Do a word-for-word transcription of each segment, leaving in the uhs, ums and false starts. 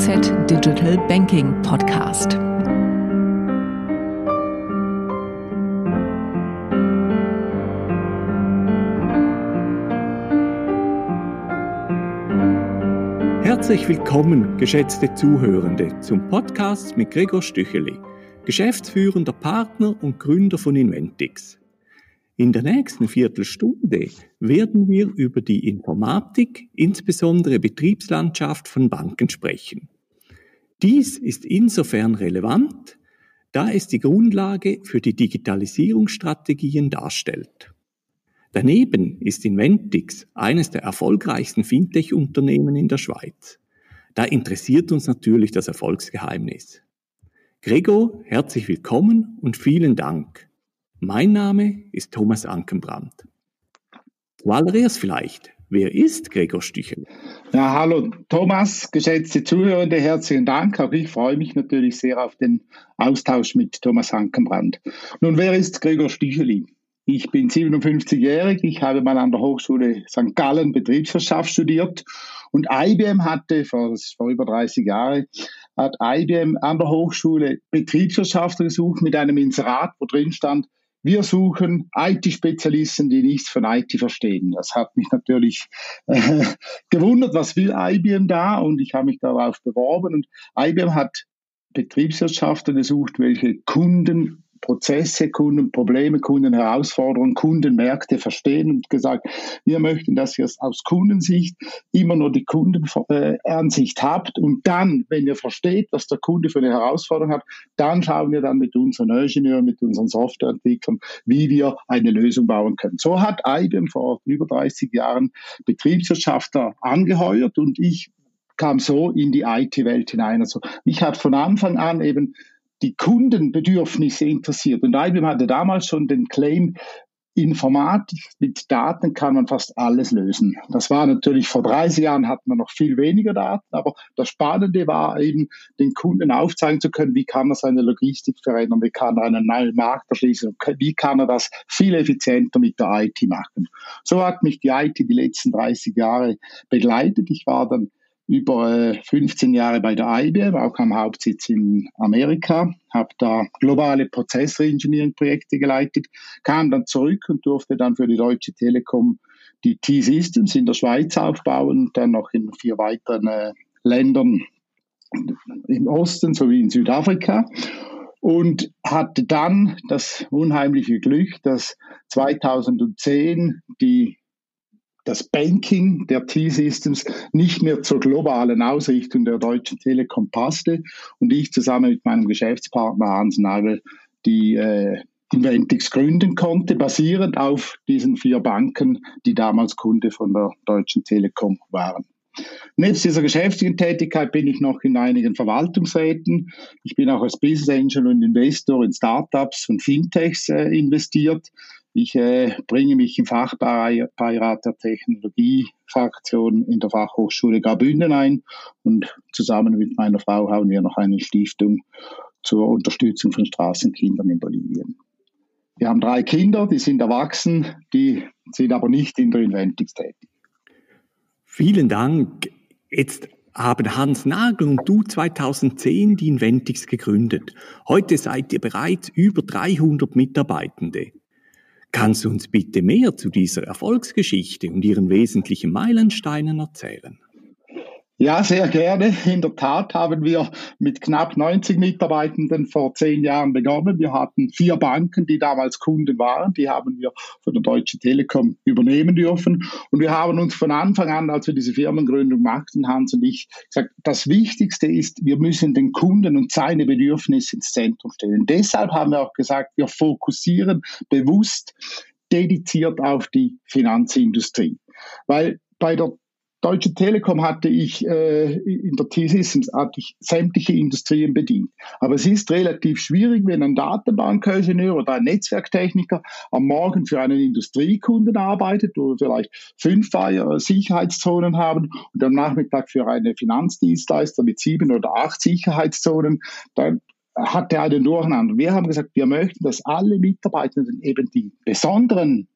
Z Digital Banking Podcast. Herzlich willkommen, geschätzte Zuhörende, zum Podcast mit Gregor Stücheli, geschäftsführender Partner und Gründer von Inventix. In der nächsten Viertelstunde werden wir über die Informatik, insbesondere Betriebslandschaft von Banken sprechen. Dies ist insofern relevant, da es die Grundlage für die Digitalisierungsstrategien darstellt. Daneben ist Inventix eines der erfolgreichsten Fintech-Unternehmen in der Schweiz. Da interessiert uns natürlich das Erfolgsgeheimnis. Gregor, herzlich willkommen und vielen Dank. Mein Name ist Thomas Ankenbrand. Zuallererst vielleicht, wer ist Gregor Stücheli? Ja, hallo Thomas, geschätzte Zuhörende, herzlichen Dank. Auch ich freue mich natürlich sehr auf den Austausch mit Thomas Ankenbrand. Nun, wer ist Gregor Stücheli? Ich bin siebenundfünfzigjährig, ich habe mal an der Hochschule Sankt Gallen Betriebswirtschaft studiert und I B M hatte, vor, vor über dreißig Jahren, hat I B M an der Hochschule Betriebswirtschaft gesucht mit einem Inserat, wo drin stand, wir suchen I T-Spezialisten, die nichts von I T verstehen. Das hat mich natürlich äh, gewundert, was will I B M da? Und ich habe mich darauf beworben und I B M hat Betriebswirtschaftler gesucht, welche Kunden Prozesse, Kundenprobleme, Kundenherausforderungen, Kundenmärkte verstehen und gesagt, wir möchten, dass ihr aus Kundensicht immer nur die Kundenansicht habt und dann, wenn ihr versteht, was der Kunde für eine Herausforderung hat, dann schauen wir dann mit unseren Ingenieuren, mit unseren Softwareentwicklern, wie wir eine Lösung bauen können. So hat I B M vor über dreißig Jahren Betriebswirtschaftler angeheuert und ich kam so in die I T-Welt hinein. Also mich hat von Anfang an eben die Kundenbedürfnisse interessiert. Und I B M hatte damals schon den Claim, Informatik mit Daten kann man fast alles lösen. Das war natürlich, vor dreißig Jahren hatten wir noch viel weniger Daten, aber das Spannende war eben, den Kunden aufzeigen zu können, wie kann er seine Logistik verändern, wie kann er einen neuen Markt erschließen, wie kann er das viel effizienter mit der I T machen. So hat mich die I T die letzten dreißig Jahre begleitet. Ich war dann über fünfzehn Jahre bei der I B M, auch am Hauptsitz in Amerika, habe da globale Prozessengineering-Projekte geleitet, kam dann zurück und durfte dann für die Deutsche Telekom die T-Systems in der Schweiz aufbauen und dann noch in vier weiteren äh, Ländern im Osten sowie in Südafrika. Und hatte dann das unheimliche Glück, dass zweitausendzehn die das Banking der T-Systems nicht mehr zur globalen Ausrichtung der Deutschen Telekom passte und ich zusammen mit meinem Geschäftspartner Hans Nagel die äh, Inventix gründen konnte, basierend auf diesen vier Banken, die damals Kunde von der Deutschen Telekom waren. Nebst dieser geschäftlichen Tätigkeit bin ich noch in einigen Verwaltungsräten. Ich bin auch als Business Angel und Investor in Startups und Fintechs äh, investiert. Ich äh, bringe mich im Fachbeirat der Technologiefraktion in der Fachhochschule Graubünden ein und zusammen mit meiner Frau haben wir noch eine Stiftung zur Unterstützung von Straßenkindern in Bolivien. Wir haben drei Kinder, die sind erwachsen, die sind aber nicht in der Inventix tätig. Vielen Dank. Jetzt haben Hans Nagel und du zweitausendzehn die Inventix gegründet. Heute seid ihr bereits über dreihundert Mitarbeitende. Kannst du uns bitte mehr zu dieser Erfolgsgeschichte und ihren wesentlichen Meilensteinen erzählen? Ja, sehr gerne. In der Tat haben wir mit knapp neunzig Mitarbeitenden vor zehn Jahren begonnen. Wir hatten vier Banken, die damals Kunden waren. Die haben wir von der Deutschen Telekom übernehmen dürfen. Und wir haben uns von Anfang an, als wir diese Firmengründung machten, Hans und ich, gesagt, das Wichtigste ist, wir müssen den Kunden und seine Bedürfnisse ins Zentrum stellen. Deshalb haben wir auch gesagt, wir fokussieren bewusst dediziert auf die Finanzindustrie. Weil bei der Deutsche Telekom hatte ich äh, in der T-Systems hatte ich sämtliche Industrien bedient. Aber es ist relativ schwierig, wenn ein Datenbankingenieur oder ein Netzwerktechniker am Morgen für einen Industriekunden arbeitet, wo wir vielleicht fünf Sicherheitszonen haben und am Nachmittag für einen Finanzdienstleister mit sieben oder acht Sicherheitszonen. Dann hat er einen Durcheinander. Wir haben gesagt, wir möchten, dass alle Mitarbeitenden eben die besonderen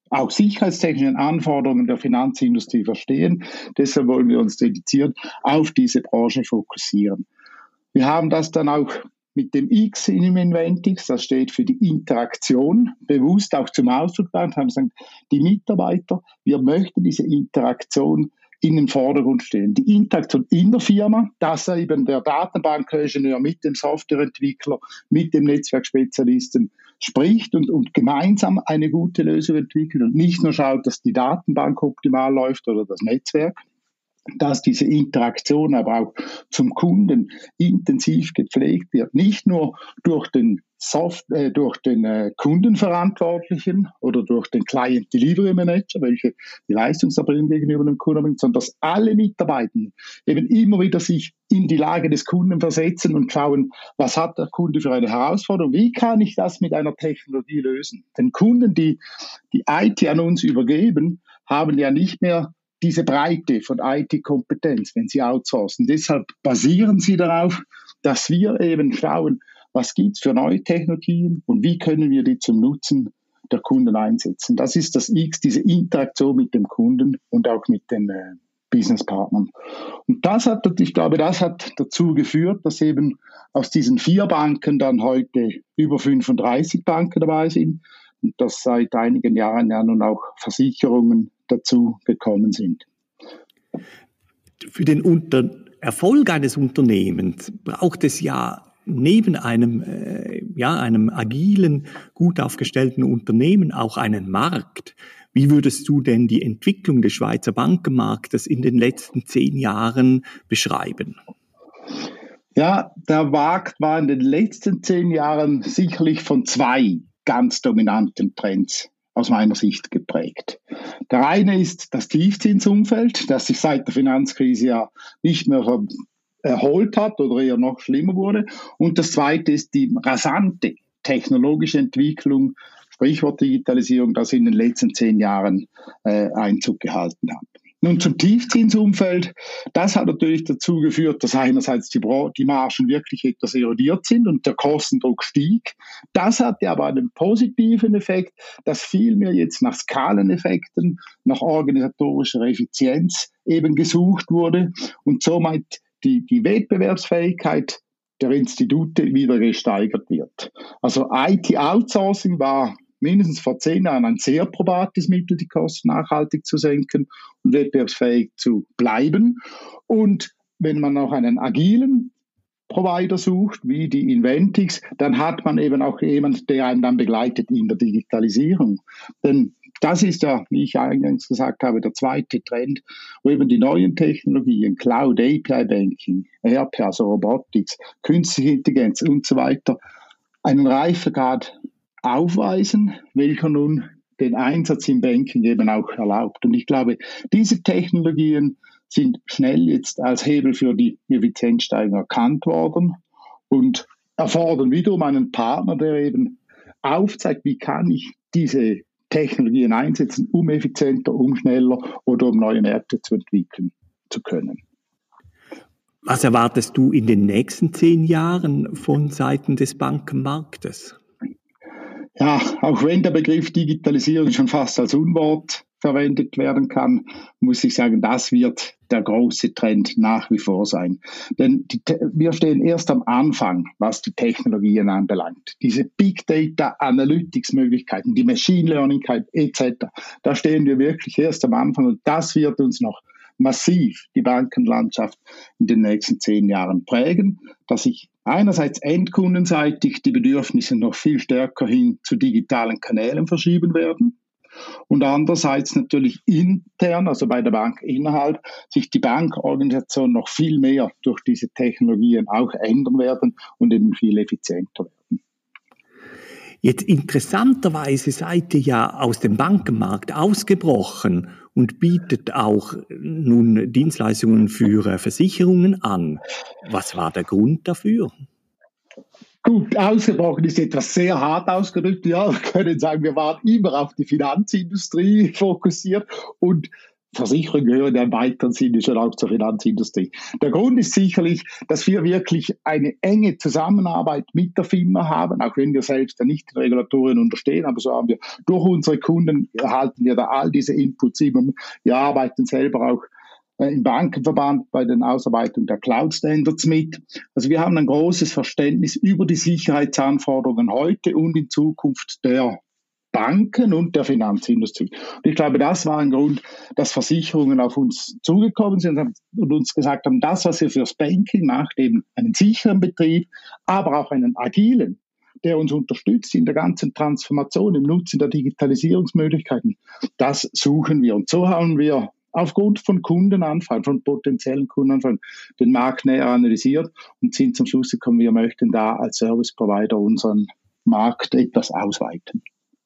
auch sicherheitstechnischen Anforderungen der Finanzindustrie verstehen. Deshalb wollen wir uns dediziert auf diese Branche fokussieren. Wir haben das dann auch mit dem X in dem Inventix, das steht für die Interaktion, bewusst auch zum Ausdruck gebracht, haben gesagt, die Mitarbeiter, wir möchten diese Interaktion in den Vordergrund stellen. Die Interaktion in der Firma, dass eben der Datenbankingenieur mit dem Softwareentwickler, mit dem Netzwerkspezialisten spricht und, und gemeinsam eine gute Lösung entwickelt und nicht nur schaut, dass die Datenbank optimal läuft oder das Netzwerk, dass diese Interaktion aber auch zum Kunden intensiv gepflegt wird. Nicht nur durch den, Soft, äh, durch den äh, Kundenverantwortlichen oder durch den Client Delivery Manager, welche die Leistungserbringung gegenüber dem Kunden bringt, sondern dass alle Mitarbeitenden eben immer wieder sich in die Lage des Kunden versetzen und schauen, was hat der Kunde für eine Herausforderung, wie kann ich das mit einer Technologie lösen. Denn Kunden, die die I T an uns übergeben, haben ja nicht mehr diese Breite von I T-Kompetenz, wenn sie outsourcen. Deshalb basieren sie darauf, dass wir eben schauen, was gibt es für neue Technologien und wie können wir die zum Nutzen der Kunden einsetzen. Das ist das X, diese Interaktion mit dem Kunden und auch mit den äh, Businesspartnern. Und das hat, ich glaube, das hat dazu geführt, dass eben aus diesen vier Banken dann heute über fünfunddreißig Banken dabei sind und dass seit einigen Jahren ja nun auch Versicherungen dazu gekommen sind. Für den Unter- Erfolg eines Unternehmens braucht es ja neben einem, äh, ja, einem agilen, gut aufgestellten Unternehmen auch einen Markt. Wie würdest du denn die Entwicklung des Schweizer Bankenmarktes in den letzten zehn Jahren beschreiben? Ja, der Markt war in den letzten zehn Jahren sicherlich von zwei ganz dominanten Trends aus meiner Sicht geprägt. Der eine ist das Tiefzinsumfeld, das sich seit der Finanzkrise ja nicht mehr erholt hat oder eher noch schlimmer wurde. Und das zweite ist die rasante technologische Entwicklung, Sprichwort Digitalisierung, das in den letzten zehn Jahren äh, Einzug gehalten hat. Nun zum Tiefzinsumfeld. Das hat natürlich dazu geführt, dass einerseits die, die Margen wirklich etwas erodiert sind und der Kostendruck stieg. Das hatte aber einen positiven Effekt, dass vielmehr jetzt nach Skaleneffekten, nach organisatorischer Effizienz eben gesucht wurde und somit die, die Wettbewerbsfähigkeit der Institute wieder gesteigert wird. Also I T-Outsourcing war mindestens vor zehn Jahren ein sehr probates Mittel, die Kosten nachhaltig zu senken und wettbewerbsfähig zu bleiben. Und wenn man noch einen agilen Provider sucht, wie die Inventix, dann hat man eben auch jemanden, der einen dann begleitet in der Digitalisierung. Denn das ist ja, wie ich eingangs gesagt habe, der zweite Trend, wo eben die neuen Technologien, Cloud, A P I-Banking, R P, also Robotics, künstliche Intelligenz und so weiter, einen Reifegrad aufweisen, welcher nun den Einsatz im Banking eben auch erlaubt. Und ich glaube, diese Technologien sind schnell jetzt als Hebel für die Effizienzsteigerung erkannt worden und erfordern wiederum einen Partner, der eben aufzeigt, wie kann ich diese Technologien einsetzen, um effizienter, um schneller oder um neue Märkte zu entwickeln zu können. Was erwartest du in den nächsten zehn Jahren von Seiten des Bankenmarktes? Ja, auch wenn der Begriff Digitalisierung schon fast als Unwort verwendet werden kann, muss ich sagen, das wird der große Trend nach wie vor sein. Denn die, wir stehen erst am Anfang, was die Technologien anbelangt. Diese Big Data Analytics Möglichkeiten, die Machine Learning et cetera. Da stehen wir wirklich erst am Anfang und das wird uns noch massiv die Bankenlandschaft in den nächsten zehn Jahren prägen, dass sich einerseits endkundenseitig die Bedürfnisse noch viel stärker hin zu digitalen Kanälen verschieben werden und andererseits natürlich intern, also bei der Bank innerhalb, sich die Bankorganisation noch viel mehr durch diese Technologien auch ändern werden und eben viel effizienter werden. Jetzt interessanterweise seid ihr ja aus dem Bankenmarkt ausgebrochen und bietet auch nun Dienstleistungen für Versicherungen an. Was war der Grund dafür? Gut, ausgebrochen ist etwas sehr hart ausgedrückt. Ja, wir können sagen, wir waren immer auf die Finanzindustrie fokussiert und Versicherung gehören ja im weiteren Sinne schon auch zur Finanzindustrie. Der Grund ist sicherlich, dass wir wirklich eine enge Zusammenarbeit mit der FINMA haben, auch wenn wir selbst ja nicht den Regulatorien unterstehen, aber so haben wir durch unsere Kunden, erhalten wir da all diese Inputs immer. Wir arbeiten selber auch im Bankenverband bei den Ausarbeitungen der Cloud-Standards mit. Also wir haben ein großes Verständnis über die Sicherheitsanforderungen heute und in Zukunft der Banken und der Finanzindustrie. Und ich glaube, das war ein Grund, dass Versicherungen auf uns zugekommen sind und uns gesagt haben, das, was ihr fürs Banking macht, eben einen sicheren Betrieb, aber auch einen agilen, der uns unterstützt in der ganzen Transformation, im Nutzen der Digitalisierungsmöglichkeiten, das suchen wir. Und so haben wir aufgrund von Kundenanfragen, von potenziellen Kundenanfragen, den Markt näher analysiert und sind zum Schluss gekommen, wir möchten da als Service Provider unseren Markt etwas ausweiten.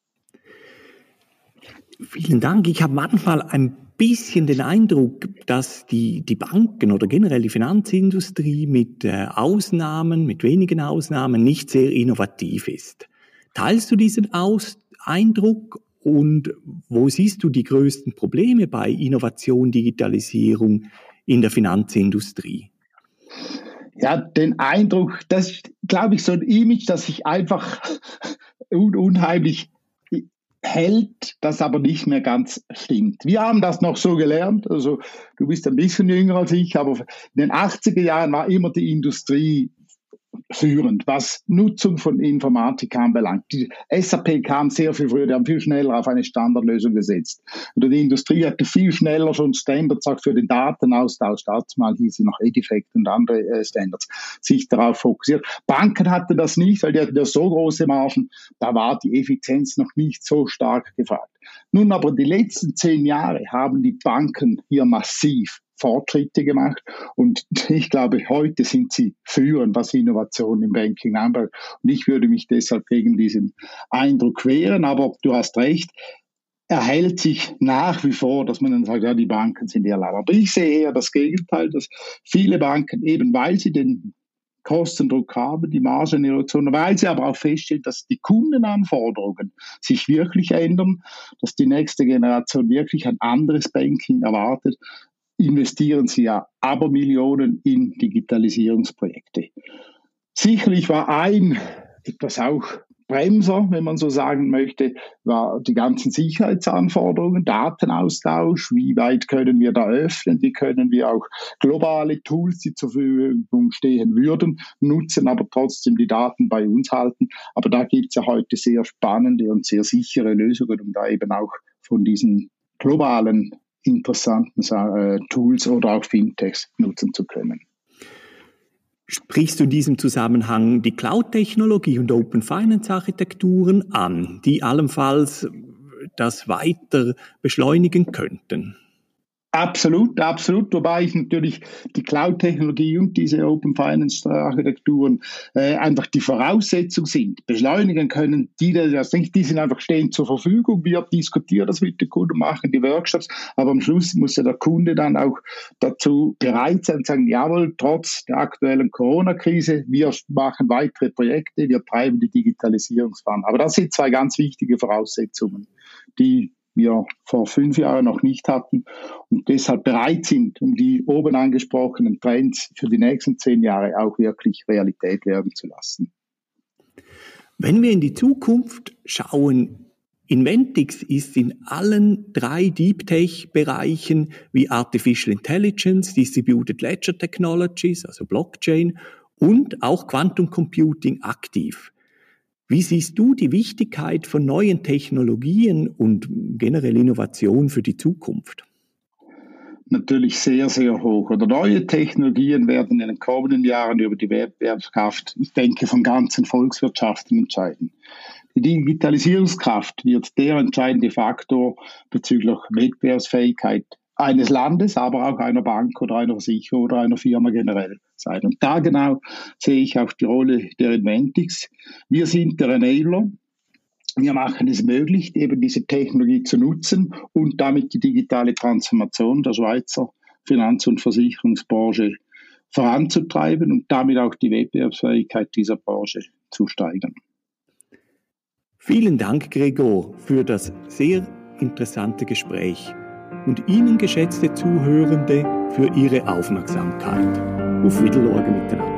Vielen Dank. Ich habe manchmal ein bisschen den Eindruck, dass die, die Banken oder generell die Finanzindustrie mit äh, Ausnahmen, mit wenigen Ausnahmen nicht sehr innovativ ist. Teilst du diesen Aus- Eindruck und wo siehst du die größten Probleme bei Innovation, Digitalisierung in der Finanzindustrie? Ja, den Eindruck, das ist, glaube ich, so ein Image, das sich einfach un- unheimlich hält, das aber nicht mehr ganz stimmt. Wir haben das noch so gelernt, also du bist ein bisschen jünger als ich, aber in den achtziger Jahren war immer die Industrie führend, was Nutzung von Informatik anbelangt. Die S A P kam sehr viel früher, die haben viel schneller auf eine Standardlösung gesetzt. Oder die Industrie hatte viel schneller schon Standards auch für den Datenaustausch, dazu mal hieß es noch Edifact und andere äh, Standards, sich darauf fokussiert. Banken hatten das nicht, weil die hatten ja so große Margen, da war die Effizienz noch nicht so stark gefragt. Nun aber die letzten zehn Jahre haben die Banken hier massiv Fortschritte gemacht und ich glaube, heute sind sie führend, was Innovation im Banking anbelangt. Und ich würde mich deshalb gegen diesen Eindruck wehren, aber du hast recht, er hält sich nach wie vor, dass man dann sagt, ja, die Banken sind eher lau. Aber ich sehe eher das Gegenteil, dass viele Banken, eben weil sie den Kostendruck haben, die Margenerosion, weil sie aber auch feststellen, dass die Kundenanforderungen sich wirklich ändern, dass die nächste Generation wirklich ein anderes Banking erwartet, investieren sie ja Abermillionen in Digitalisierungsprojekte. Sicherlich war ein, etwas auch Bremser, wenn man so sagen möchte, war die ganzen Sicherheitsanforderungen, Datenaustausch, wie weit können wir da öffnen, wie können wir auch globale Tools, die zur Verfügung stehen würden, nutzen, aber trotzdem die Daten bei uns halten. Aber da gibt es ja heute sehr spannende und sehr sichere Lösungen, um da eben auch von diesen globalen interessanten äh, Tools oder auch Fintechs nutzen zu können. Sprichst du in diesem Zusammenhang die Cloud-Technologie und Open-Finance-Architekturen an, die allenfalls das weiter beschleunigen könnten? Absolut, absolut. Wobei ich natürlich die Cloud-Technologie und diese Open-Finance-Architekturen äh, einfach die Voraussetzung sind. Beschleunigen können die das nicht, die sind einfach stehen zur Verfügung. Wir diskutieren das mit den Kunden, machen die Workshops, aber am Schluss muss ja der Kunde dann auch dazu bereit sein und sagen, jawohl, trotz der aktuellen Corona-Krise, wir machen weitere Projekte, wir treiben die Digitalisierung voran. Aber das sind zwei ganz wichtige Voraussetzungen, die wir vor fünf Jahren noch nicht hatten und deshalb bereit sind, um die oben angesprochenen Trends für die nächsten zehn Jahre auch wirklich Realität werden zu lassen. Wenn wir in die Zukunft schauen, Inventix ist in allen drei Deep Tech-Bereichen wie Artificial Intelligence, Distributed Ledger Technologies, also Blockchain und auch Quantum Computing aktiv. Wie siehst du die Wichtigkeit von neuen Technologien und generell Innovation für die Zukunft? Natürlich sehr, sehr hoch. Oder neue Technologien werden in den kommenden Jahren über die Wettbewerbskraft, ich denke, von ganzen Volkswirtschaften entscheiden. Die Digitalisierungskraft wird der entscheidende Faktor bezüglich Wettbewerbsfähigkeit eines Landes, aber auch einer Bank oder einer Versicherung oder einer Firma generell sein. Und da genau sehe ich auch die Rolle der Inventix. Wir sind der Enabler. Wir machen es möglich, eben diese Technologie zu nutzen und damit die digitale Transformation der Schweizer Finanz- und Versicherungsbranche voranzutreiben und damit auch die Wettbewerbsfähigkeit dieser Branche zu steigern. Vielen Dank, Gregor, für das sehr interessante Gespräch. und Ihnen, geschätzte Zuhörende, für Ihre Aufmerksamkeit. Auf Wiedersehen miteinander.